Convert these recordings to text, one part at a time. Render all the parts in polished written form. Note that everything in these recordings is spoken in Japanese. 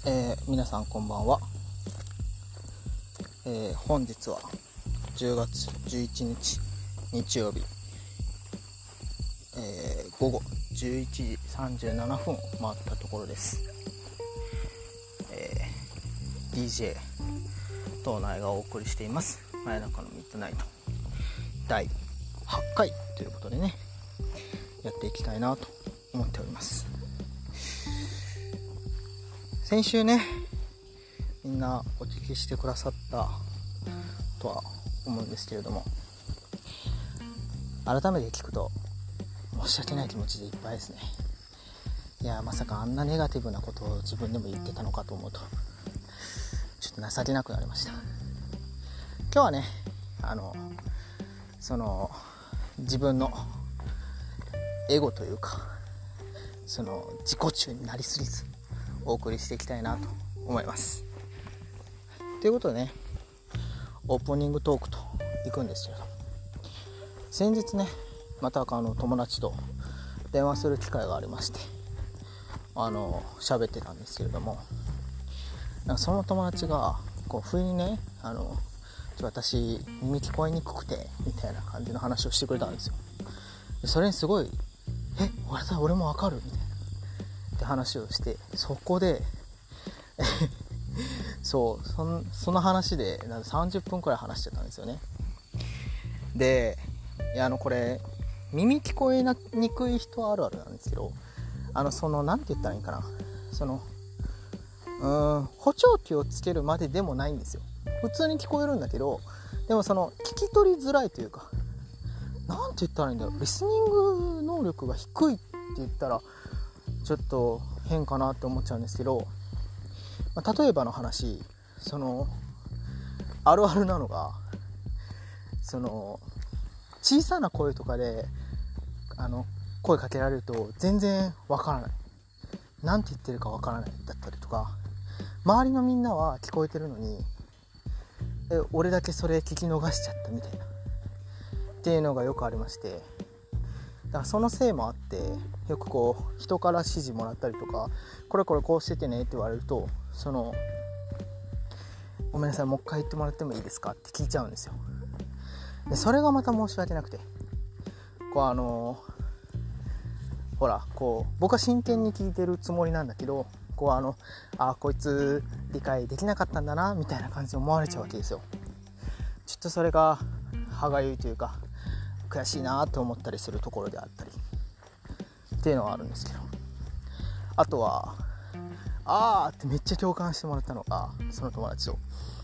皆さんこんばんは。本日は10月11日日曜日、午後11時37分を回ったところです。DJ 東内がお送りしています真夜中のミッドナイト第8回ということでね、やっていきたいなと思っております。先週ね、みんなお聞きしてくださったとは思うんですけれども、改めて聞くと申し訳ない気持ちでいっぱいですね。いや、まさかあんなネガティブなことを自分でも言ってたのかと思うとちょっと情けなくなりました。今日はね、自分のエゴというか、自己中になりすぎずお送りしていきたいなと思います。ということでね、オープニングトークといくんですけれど、先日ね、また友達と電話する機会がありまして、喋ってたんですけれども、その友達が不意にね、私耳聞こえにくくてみたいな感じの話をしてくれたんですよ。でそれにすごい俺もわかるみたいなって話をして、そこでその話で30分くらい話してたんですよね。で、これ耳聞こえにくい人あるあるなんですけど、なんて言ったらいいかな、補聴器をつけるまででもないんですよ。普通に聞こえるんだけど、でも聞き取りづらいというか、なんて言ったらいいんだろう、リスニング能力が低いって言ったらちょっと変かなって思っちゃうんですけど、例えばの話、あるあるなのが、小さな声とかで声かけられると全然わからない、なんて言ってるかわからないだったりとか、周りのみんなは聞こえてるのに俺だけそれ聞き逃しちゃったみたいなっていうのがよくありまして、だからそのせいもあって、よく人から指示もらったりとか、これこうしててねって言われると、ごめんなさい、もう一回言ってもらってもいいですかって聞いちゃうんですよ。でそれがまた申し訳なくて、僕は真剣に聞いてるつもりなんだけど、こいつ理解できなかったんだなみたいな感じで思われちゃうわけですよ。ちょっとそれが歯がゆいというか、悔しいなと思ったりするところであったりっていうのはあるんですけど、あとはってめっちゃ共感してもらったのが、その友達と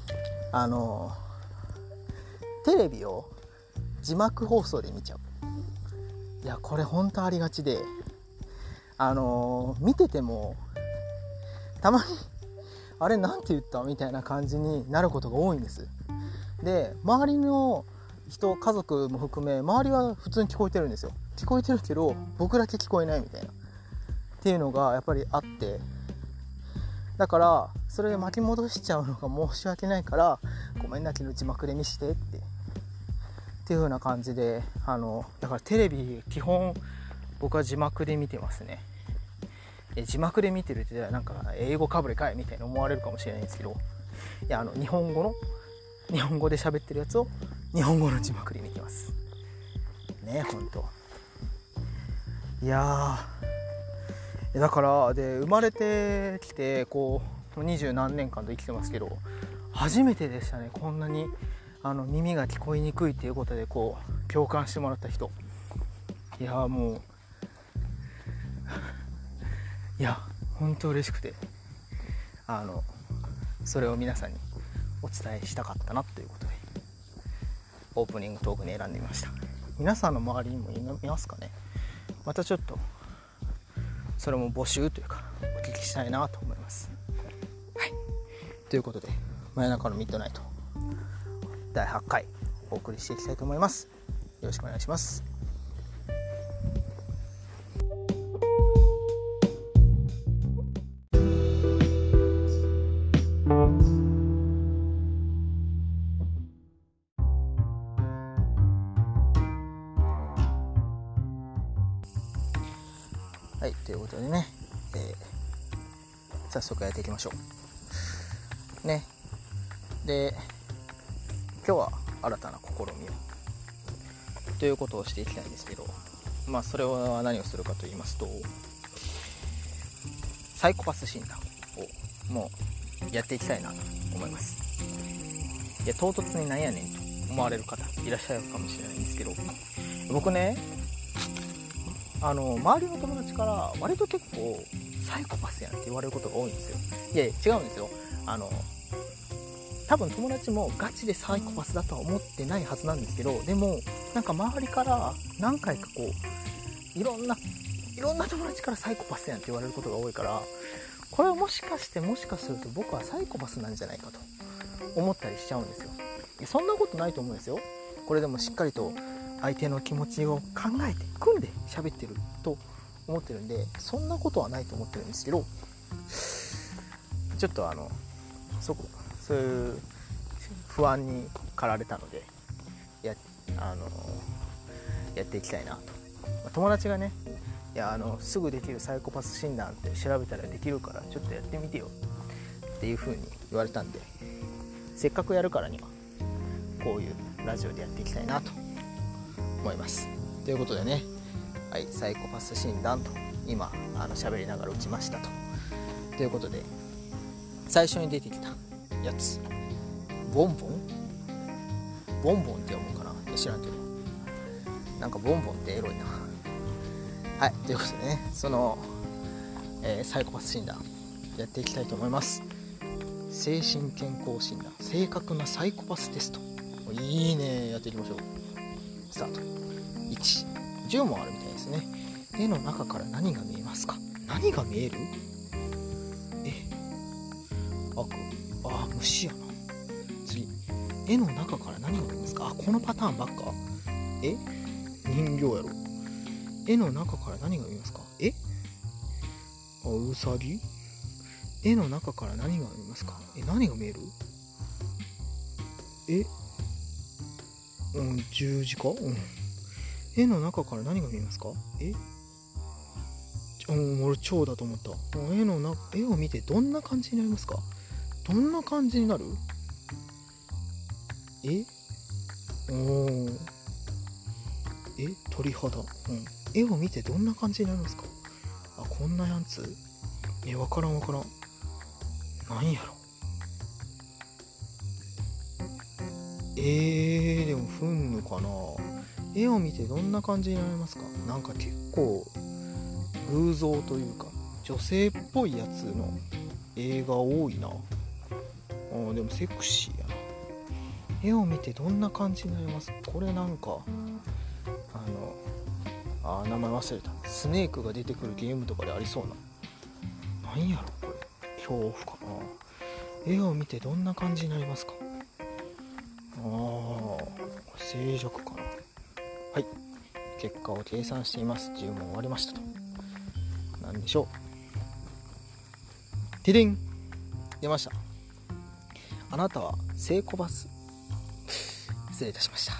テレビを字幕放送で見ちゃう。いや、これ本当ありがちで、見ててもたまにあれなんて言ったみたいな感じになることが多いんです。で、周りの人、家族も含め周りは普通に聞こえてるんですよ。聞こえてるけど僕だけ聞こえないみたいなっていうのがやっぱりあって、だからそれで巻き戻しちゃうのが申し訳ないから、ごめんなけど字幕で見してっていう風な感じで、だからテレビ基本僕は字幕で見てますね。字幕で見てるってなんか英語かぶれかいみたいに思われるかもしれないんですけど、いや、日本語で喋ってるやつを日本語の字幕で見てますね。本当、いやだからで、生まれてきて20何年間と生きてますけど、初めてでしたね、こんなに耳が聞こえにくいっていうことで共感してもらった人。いや、もう本当嬉しくて、それを皆さんにお伝えしたかったなということで、オープニングトークに選んでみました。皆さんの周りにもいますかね。またちょっとそれも募集というかお聞きしたいなと思います。はい、ということで真夜中のミッドナイト第8回お送りしていきたいと思います。よろしくお願いします。はい、ということでね、 早速やっていきましょうね。で今日は新たな試みをということをしていきたいんですけど、それは何をするかと言いますと、サイコパス診断をもうやっていきたいなと思います。いや、唐突になんやねんと思われる方いらっしゃるかもしれないんですけど、僕ね、周りの友達から割と結構サイコパスやんって言われることが多いんですよ。いや違うんですよ。多分友達もガチでサイコパスだとは思ってないはずなんですけど、でもなんか周りから何回かいろんな友達からサイコパスやんって言われることが多いから、これはもしかすると僕はサイコパスなんじゃないかと思ったりしちゃうんですよ。そんなことないと思うんですよ。これでもしっかりと相手の気持ちを考えて組んで喋ってると思ってるんで、そんなことはないと思ってるんですけど、ちょっとそういう不安に駆られたのでやっていきたいなと。友達がね、すぐできるサイコパス診断って調べたらできるからちょっとやってみてよっていう風に言われたんで、せっかくやるからにはこういうラジオでやっていきたいなと思います。ということでね、はい、サイコパス診断と今喋りながら打ちましたということで、最初に出てきたやつ、ボンボンって読むかな、知らんけど、なんかボンボンってエロいな。はい、ということでね、その、サイコパス診断やっていきたいと思います。精神健康診断、正確なサイコパステスト、いいね、やっていきましょう。スタート。1、10問あるみたいですね。絵の中から何が見えますか？何が見える？虫やな。次、絵の中から何が見えますか？このパターンばっか。人形やろ。絵の中から何が見えますか？うさぎ？絵の中から何が見えますか？何が見える？十字架？絵の中から何が見えますか？俺蝶だと思った。絵を見てどんな感じになりますか？どんな感じになる？鳥肌。絵を見てどんな感じになりますか？こんなやつ？わからん。なんやろ。でもふんぬかな。絵を見てどんな感じになりますか？なんか結構偶像というか女性っぽいやつの映画多いな。でもセクシーやな。絵を見てどんな感じになります？これなんか名前忘れた。スネークが出てくるゲームとかでありそうな。なんやろこれ。恐怖かな。絵を見てどんな感じになりますか？静寂かな。はい、結果を計算しています。10問終わりましたと。なんでしょう。ティリン、出ました。あなたはセイコパス、失礼いたしました。はい、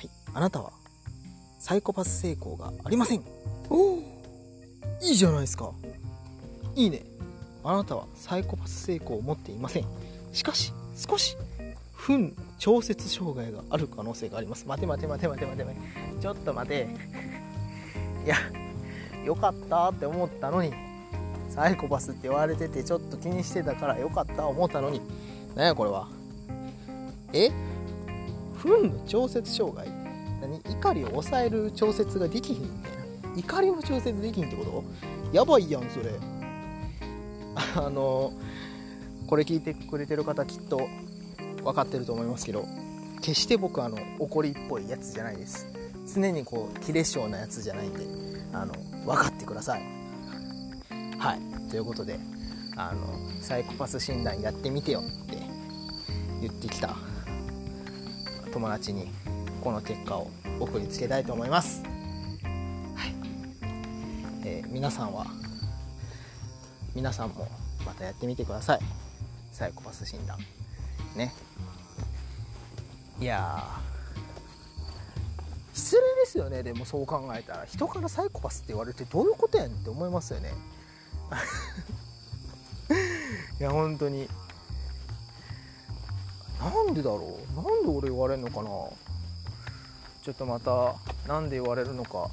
あなたはサイコパス成功がありません。いいじゃないですか。いいね。あなたはサイコパス成功を持っていません。しかし少し調節障害がある可能性があります。待て。ちょっと待て。いや、よかったって思ったのに、サイコパスって言われててちょっと気にしてたからよかった思ったのに、なんやこれは。糞の調節障害？怒りを抑える調節ができひんみたいな。怒りの調節できひんってこと？やばいやんそれ。これ聞いてくれてる方きっと分かってると思いますけど、決して僕怒りっぽいやつじゃないです。常にキレ性なやつじゃないんで、分かってください。はい、ということでサイコパス診断やってみてよって言ってきた友達にこの結果を送りつけたいと思います。はい、皆さんもまたやってみてください。サイコパス診断ね。いや失礼ですよね。でもそう考えたら人からサイコパスって言われてどういうことやんって思いますよね。 いや本当になんでだろう、なんで俺言われるのかな。ちょっとまたなんで言われるのか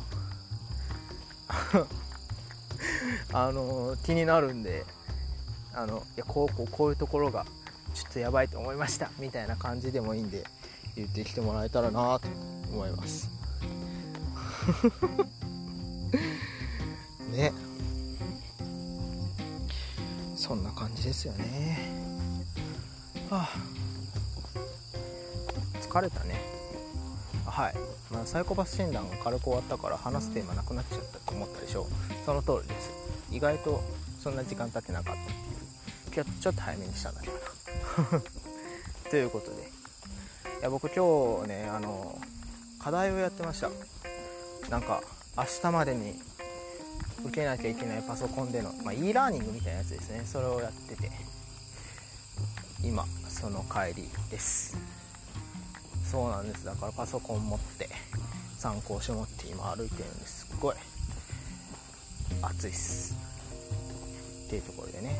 気になるんで、いやこういうところがちょっとやばいと思いましたみたいな感じでもいいんで言ってきてもらえたらなと思いますね。そんな感じですよね。はあ、疲れたね。はい、サイコパス診断が軽く終わったから話すテーマなくなっちゃったと思ったでしょ。その通りです。意外とそんな時間経ってなかったっていう。今日ちょっと早めにしたんだけどなということで、いや僕今日ね課題をやってました。なんか明日までに受けなきゃいけないパソコンでの、e ラーニングみたいなやつですね。それをやってて今その帰りです。そうなんです。だからパソコン持って参考書持って今歩いてるんです。すごい暑いっすっていうところでね。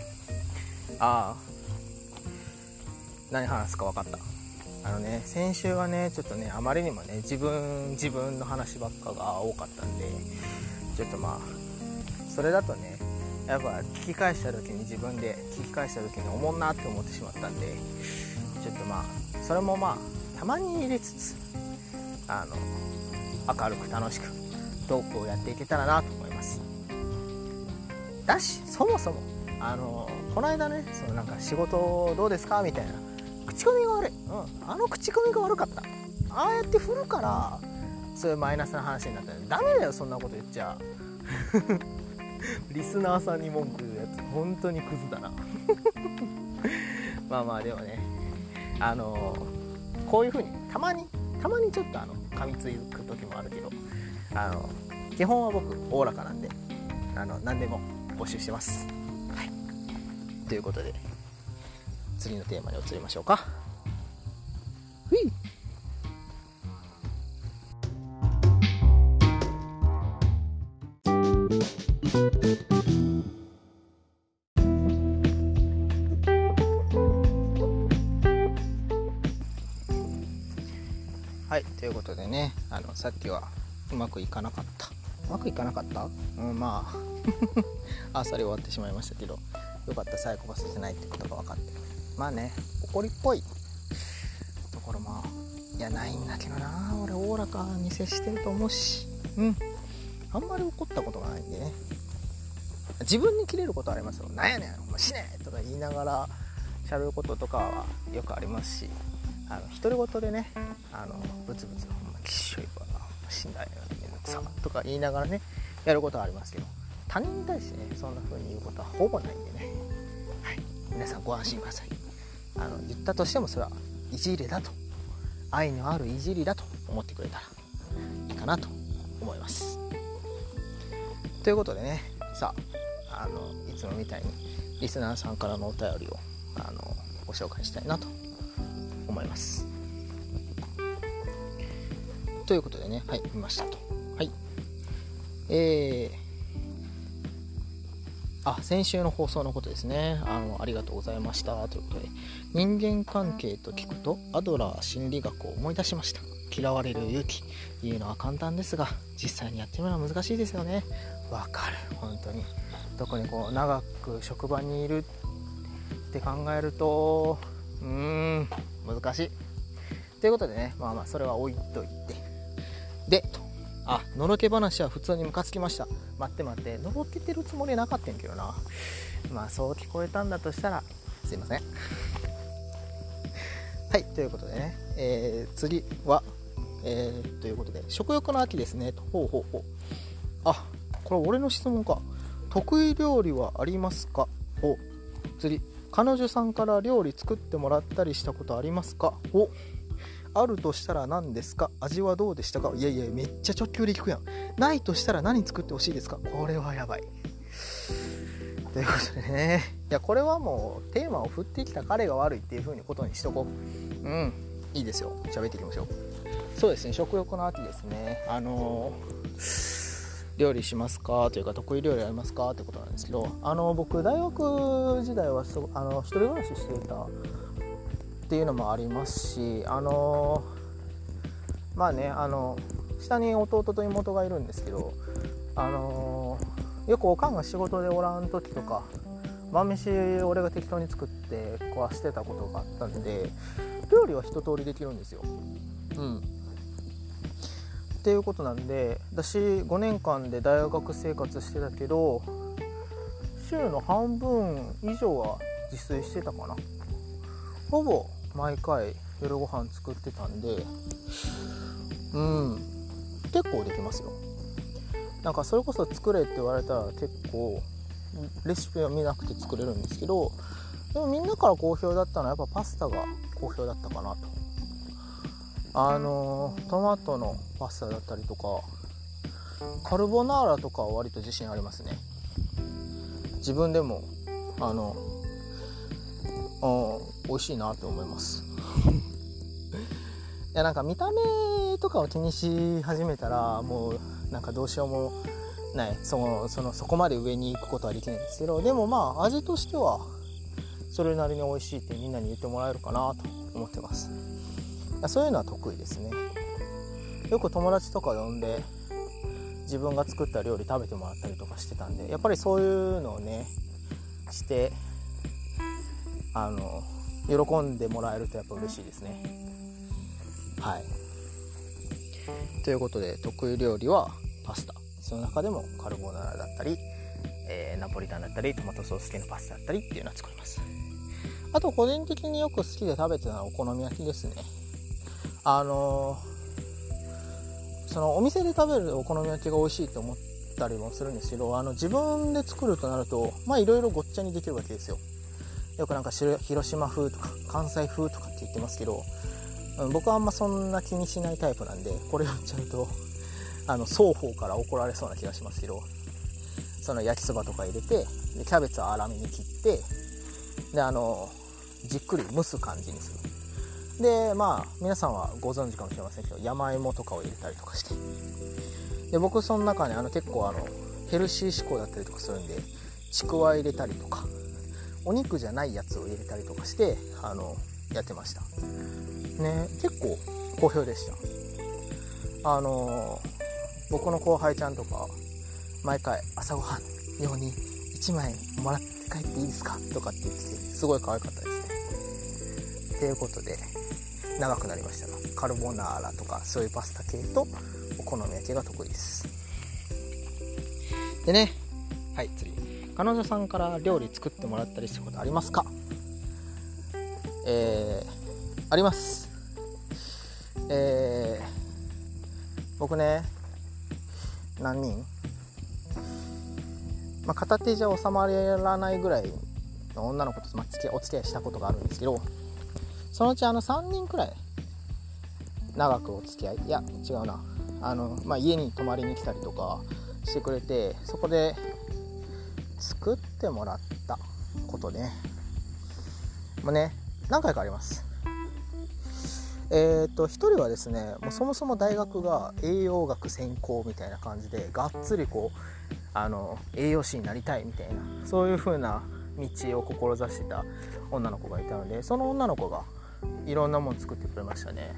何話すか分かった。先週はねちょっとねあまりにもね自分の話ばっかが多かったんで、ちょっとそれだとねやっぱ聞き返した時に自分で聞き返した時におもんなって思ってしまったんで、ちょっとそれもたまに入れつつ明るく楽しくトークをやっていけたらなと思います。だしそもそもこの間ねなんか仕事どうですかみたいな口コミが悪い、口コミが悪かった。ああやって振るからそういうマイナスな話になったらダメだよ。そんなこと言っちゃリスナーさんに文句言うやつ本当にクズだなでもねこういう風にたまにちょっと噛みつく時もあるけど基本は僕おおらかなんで何でも募集してます。はい、ということで次のテーマに移りましょうか。はい、ということでねさっきはうまくいかなかったあっさり終わってしまいましたけど、よかった。サイコパスじゃないってことが分かって、怒りっぽいところもいやないんだけどな。俺おおらかに接してると思うし、あんまり怒ったことがないんでね。自分に切れることはありますよ。なんやねんお前死ねとか言いながら喋ることとかはよくありますし、独り言でねブツブツほんまきっしょいわ死んだよめんどくさとか言いながらねやることはありますけど、他人に対してねそんな風に言うことはほぼないんでね、はい、皆さんご安心ください。言ったとしてもそれはいじりだと、愛のあるいじりだと思ってくれたらいいかなと思います。ということでね、さあいつもみたいにリスナーさんからのお便りをご紹介したいなと思います。ということでね、はい見ましたと。はい、先週の放送のことですね。ありがとうございましたということで、人間関係と聞くとアドラー心理学を思い出しました。嫌われる勇気、言うのは簡単ですが実際にやってみるのは難しいですよね。わかる、本当に。特に長く職場にいるって考えると難しいということでね、それは置いといて、でのろけ話は普通にムカつきました。待ってのろけてるつもりなかったんけどな。そう聞こえたんだとしたらすいませんはい、ということでね、次はということで食欲の秋ですねと。ほうこれ俺の質問か。得意料理はありますか。次、彼女さんから料理作ってもらったりしたことありますか。あるとしたら何ですか。味はどうでしたか。いやめっちゃ直球で聞くやん。ないとしたら何作ってほしいですか。これはやばいということでね、いやこれはもうテーマを振ってきた彼が悪いっていう風にことにしとこう。いいですよ、喋っていきましょう。そうですね、食欲の秋ですね。 料理しますかというか、得意料理ありますかってことなんですけど、僕大学時代は一人暮らししていたっていうのもありますし、まあね、下に弟と妹がいるんですけど、よくおかんが仕事でおらん時とか晩飯俺が適当に作って壊してたことがあったんで、料理は一通りできるんですよ。っていうことなんで、私5年間で大学生活してたけど、週の半分以上は自炊してたかな。ほぼ毎回夜ご飯作ってたんで、結構できますよ。なんかそれこそ作れって言われたら結構レシピは見なくて作れるんですけど、でもみんなから好評だったのはやっぱパスタが好評だったかなと。トマトのパスタだったりとかカルボナーラとかは割と自信ありますね。自分でも美味しいなと思いますいや、なんか見た目とかを気にし始めたらもうなんかどうしようもない、そこまで上に行くことはできないんですけど、でもまあ味としてはそれなりに美味しいってみんなに言ってもらえるかなと思ってます。そういうのは得意ですね。よく友達とか呼んで自分が作った料理食べてもらったりとかしてたんで、やっぱりそういうのをねして喜んでもらえるとやっぱ嬉しいですね。はい、ということで得意料理はパスタ、その中でもカルボナーラだったり、ナポリタンだったりトマトソース系のパスタだったりっていうのは作ります。あと個人的によく好きで食べてたのはお好み焼きですね。そのお店で食べるお好み焼きが美味しいと思ったりもするんですけど、自分で作るとなるといろいろごっちゃにできるわけですよ。よくなんか広島風とか関西風とかって言ってますけど、僕はあんまそんな気にしないタイプなんで、これを言っちゃうと双方から怒られそうな気がしますけど、その焼きそばとか入れて、でキャベツは粗めに切って、でじっくり蒸す感じにする。で皆さんはご存知かもしれませんけど、山芋とかを入れたりとかして、で僕その中に結構ヘルシー志向だったりとかするんで、ちくわ入れたりとかお肉じゃないやつを入れたりとかしてやってましたね。結構好評でした。僕の後輩ちゃんとか毎回朝ごはん用に1枚もらって帰っていいですかとかって言ってて、すごい可愛かったですね。ということで長くなりましたが、カルボナーラとかそういうパスタ系とお好み焼きが得意です。でね、はい、次、彼女さんから料理作ってもらったりしたことありますか？あります。僕ね、何人片手じゃ収まらないぐらいの女の子とお付き合いしたことがあるんですけど、そのうち3人くらい長くお付き合い、いや違うな、家に泊まりに来たりとかしてくれて、そこで作ってもらったことね、何回かあります。一人はですね、もうそもそも大学が栄養学専攻みたいな感じで、がっつり栄養士になりたいみたいな、そういう風な道を志してた女の子がいたので、その女の子がいろんなもの作ってくれましたね。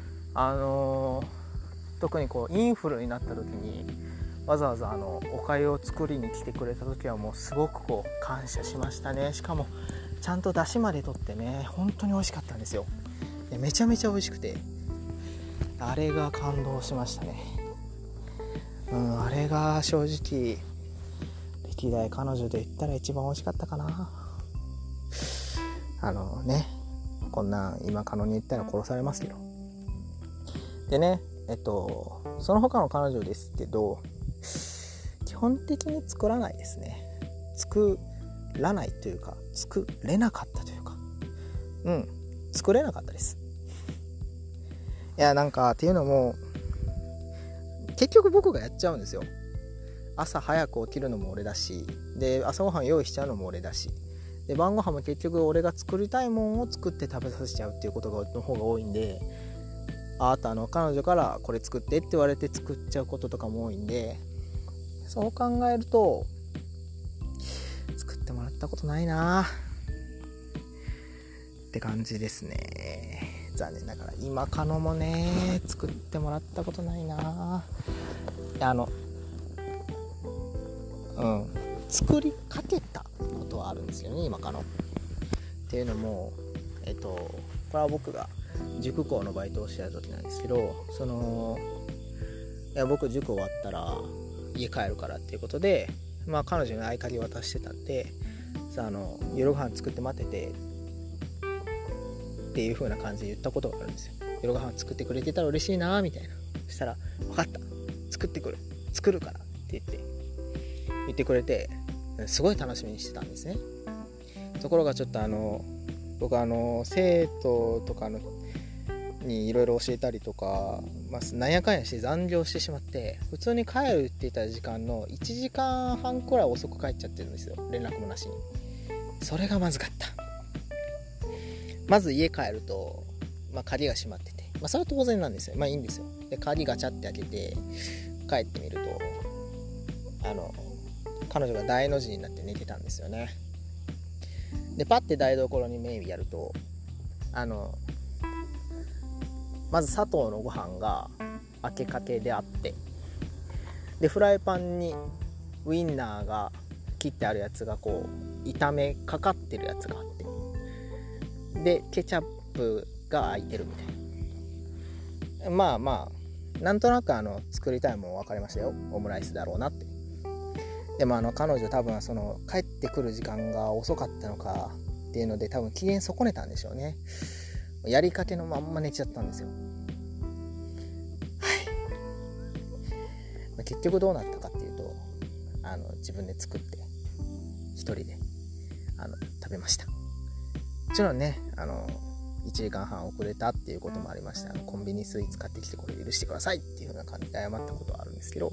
特にインフルになった時にわざわざお粥を作りに来てくれた時はもうすごく感謝しましたね。しかもちゃんと出汁まで取ってね、本当に美味しかったんですよ。めちゃめちゃ美味しくて、あれが感動しましたね。あれが正直歴代彼女で言ったら一番美味しかったかな。こんなん今彼女に言ったら殺されますけど。でね、その他の彼女ですけど、基本的に作らないですね。作らないというか、作れなかったというか、作れなかったです。いや、っていうのも結局僕がやっちゃうんですよ。朝早く起きるのも俺だし、で朝ごはん用意しちゃうのも俺だし、で晩ご飯も結局俺が作りたいもんを作って食べさせちゃうっていうことの方が多いんで、あと彼女からこれ作ってって言われて作っちゃうこととかも多いんで、 そう考えると作ってもらったことないなって感じですね。残念ながら今カノもね作ってもらったことないな。作りかけたことはあるんですよね、今カノっていうのも、これは僕が塾講のバイトをしてた時なんですけど、僕塾終わったら家帰るからっていうことで、彼女に合鍵渡してたんで、夜ご飯作って待っててっていう風な感じで言ったことがあるんですよ。夜ご飯作ってくれてたら嬉しいなみたいな。そしたら分かった、作るからって言ってくれて、すごい楽しみにしてたんですね。ところがちょっと僕生徒とかにいろいろ教えたりとか、なんやかんやして残業してしまって、普通に帰るって言った時間の1時間半くらい遅く帰っちゃってるんですよ、連絡もなしに。それがまずかった。まず家帰ると、鍵が閉まってて、それは当然なんですよ。いいんですよ。で鍵ガチャって開けて帰ってみると、彼女が大の字になって寝てたんですよね。でパッて台所に目やると、まず砂糖のご飯が開けかけであって、でフライパンにウインナーが切ってあるやつがこう炒めかかってるやつがあって、でケチャップが開いてるみたいな。なんとなく作りたいもん分かりましたよ。オムライスだろうなって。でも彼女多分帰ってくる時間が遅かったのかっていうので、多分機嫌損ねたんでしょうね。やりかけのまんま寝ちゃったんですよ。結局どうなったかっていうと、自分で作って一人で食べました。もちろんね1時間半遅れたっていうこともありました。コンビニスイーツ買ってきてこれ許してくださいっていう風な感じで謝ったことはあるんですけど、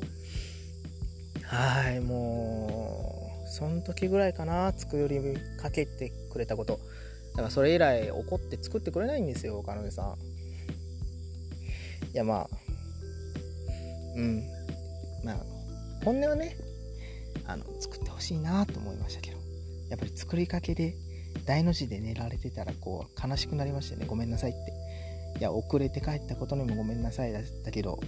もうその時ぐらいかな、作りかけてくれたこと。だからそれ以来怒って作ってくれないんですよ、彼女さん。いや本音はね作ってほしいなと思いましたけど、やっぱり作りかけで大の字で寝られてたらこう悲しくなりましたね。ごめんなさいって。いや遅れて帰ったことにもごめんなさいだけど、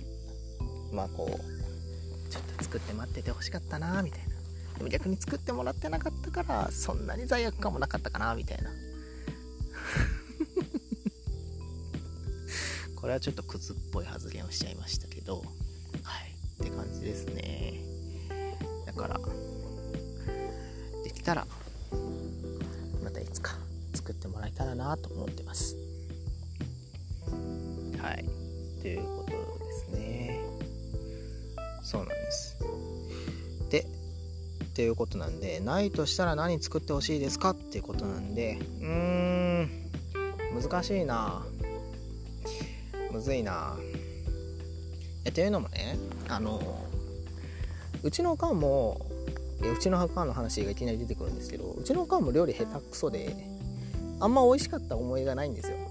ちょっと作って待っててほしかったなみたいな。でも逆に作ってもらってなかったからそんなに罪悪感もなかったかなみたいなこれはちょっとクズっぽい発言をしちゃいましたけど、って感じですね。だからできたらまたいつか作ってもらえたらなと思ってます。ということですね。そうなんです。でっていうことなんで、ないとしたら何作ってほしいですかっていうことなんで、難しいな、むずいな。っていうのもね、うちのおかんもうちのおかんの話がいきなり出てくるんですけど、うちのおかんも料理下手くそであんま美味しかった思いがないんですよ。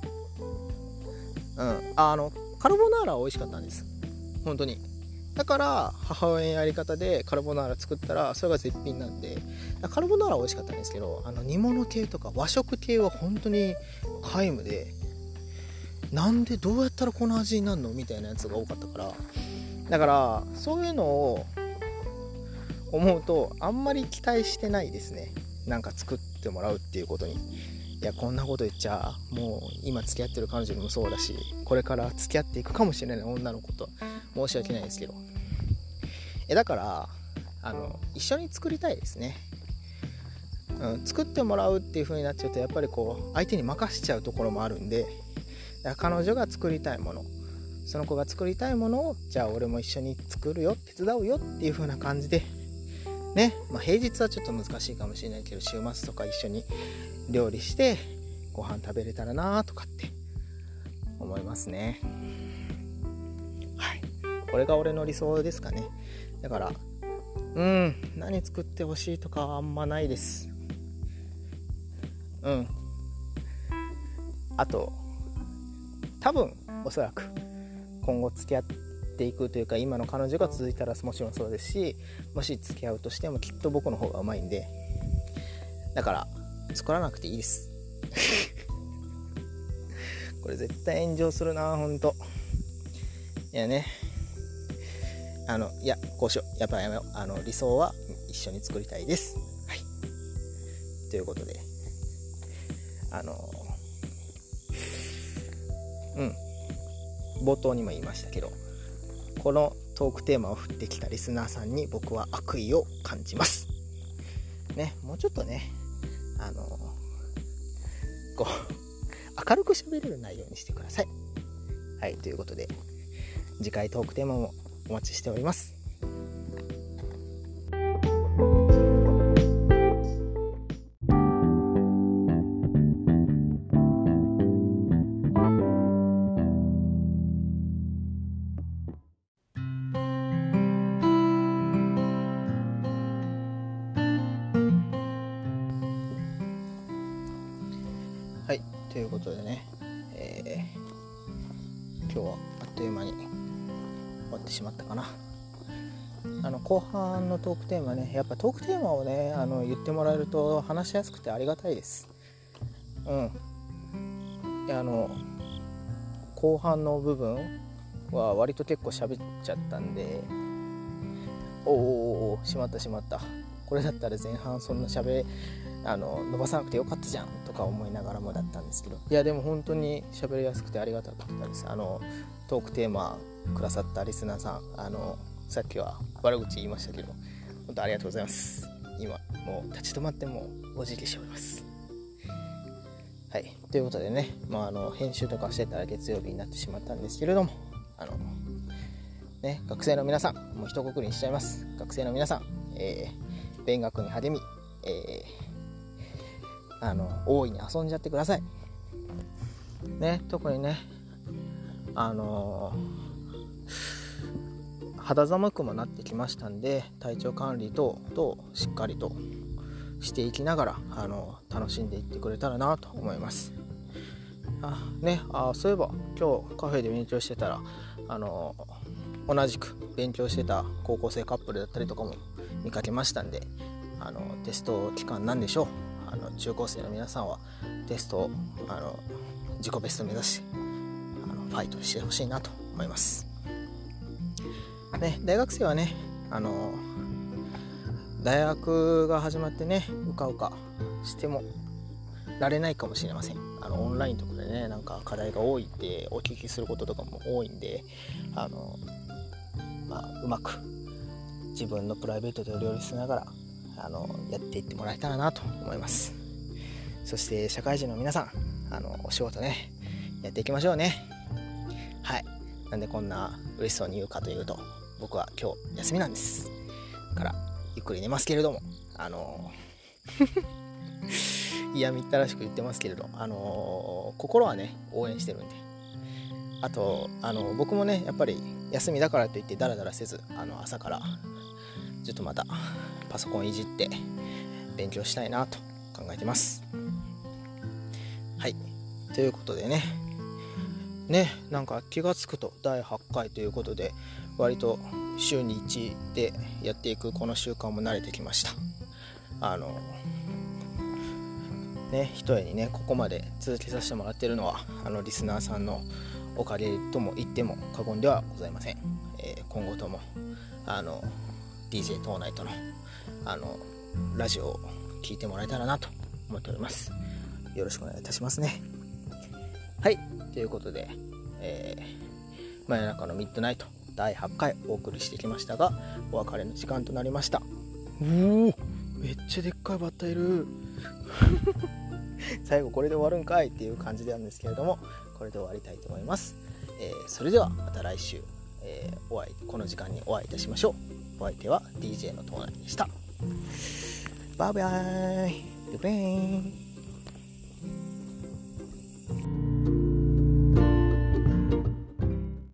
カルボナーラは美味しかったんです、本当に。だから母親のやり方でカルボナーラ作ったらそれが絶品なんで、カルボナーラは美味しかったんですけど、煮物系とか和食系は本当に皆無で、なんでどうやったらこの味になるのみたいなやつが多かったから、だからそういうのを思うとあんまり期待してないですね。なんか作ってもらうっていうことに。いやこんなこと言っちゃもう今付き合ってる彼女にもそうだし、これから付き合っていくかもしれない女の子と申し訳ないですけど、だから一緒に作りたいですね。作ってもらうっていう風になっちゃうとやっぱりこう相手に任せちゃうところもあるんで、だから彼女が作りたいもの、その子が作りたいものをじゃあ俺も一緒に作るよ、手伝うよっていう風な感じでね、平日はちょっと難しいかもしれないけど、週末とか一緒に料理してご飯食べれたらなとかって思いますね。これが俺の理想ですかね。だから何作ってほしいとかはあんまないです。あと多分おそらく今後付き合っっていくというか、今の彼女が続いたらもちろんそうですし、もし付き合うとしてもきっと僕の方がうまいんで、だから作らなくていいですこれ絶対炎上するな、ほんと。いやね、いや、こうしよう、やっぱやめよう。理想は一緒に作りたいです。はい。ということで、冒頭にも言いましたけど、このトークテーマを振ってきたリスナーさんに僕は悪意を感じますね。もうちょっとね、こう明るく喋れる内容にしてください。はい、ということで次回トークテーマもお待ちしております。はい、ということでね、今日はあっという間に終わってしまったかな。後半のトークテーマね、やっぱトークテーマをね言ってもらえると話しやすくてありがたいです。いや後半の部分は割と結構喋っちゃったんで、しまったこれだったら前半そんな伸ばさなくてよかったじゃんとか思いながらもだったんですけど、いやでも本当に喋りやすくてありがたかったです。トークテーマくださったリスナーさん、さっきは悪口言いましたけど本当ありがとうございます。今もう立ち止まってもうお辞儀しております。はい、ということでね、編集とかしてたら月曜日になってしまったんですけれども、学生の皆さん、もう一括りにしちゃいます。学生の皆さん、勉学に励み、大いに遊んじゃってくださいね。特にね肌寒くもなってきましたんで、体調管理等々しっかりとしていきながら楽しんでいってくれたらなと思います。そういえば今日カフェで勉強してたら同じく勉強してた高校生カップルだったりとかも見かけましたんで、テスト期間なんでしょう。中高生の皆さんはテストを自己ベストを目指してファイトしてほしいなと思いますね。大学生はね大学が始まってね、うかうかしてもられないかもしれません。オンラインとかでね、なんか課題が多いってお聞きすることとかも多いんで、うまく自分のプライベートと両立しながらやっていってもらえたらなと思います。そして社会人の皆さん、お仕事ねやっていきましょうね。はい、なんでこんな嬉しそうに言うかというと、僕は今日休みなんですからゆっくり寝ますけれども、嫌みったらしく言ってますけれど、心はね応援してるんで、あと僕もねやっぱり休みだからといってダラダラせず朝からちょっとまたパソコンいじって勉強したいなと考えてます。はい、ということでねなんか気がつくと第8回ということで、割と週に1でやっていくこの習慣も慣れてきました。一重にねここまで続けさせてもらっているのはリスナーさんのおかげとも言っても過言ではございません。今後ともDJ トーナイトのラジオを聞いてもらえたらなと思っております。よろしくお願いいたしますね。はい、ということで、真夜中のミッドナイト第8回お送りしてきましたが、お別れの時間となりました。めっちゃでっかいバッタいる最後これで終わるんかいっていう感じなんですけれども、これで終わりたいと思います。それではまた来週、この時間にお会いいたしましょう。お相手は DJ のトーナイでした。バイバイ。グッバイ。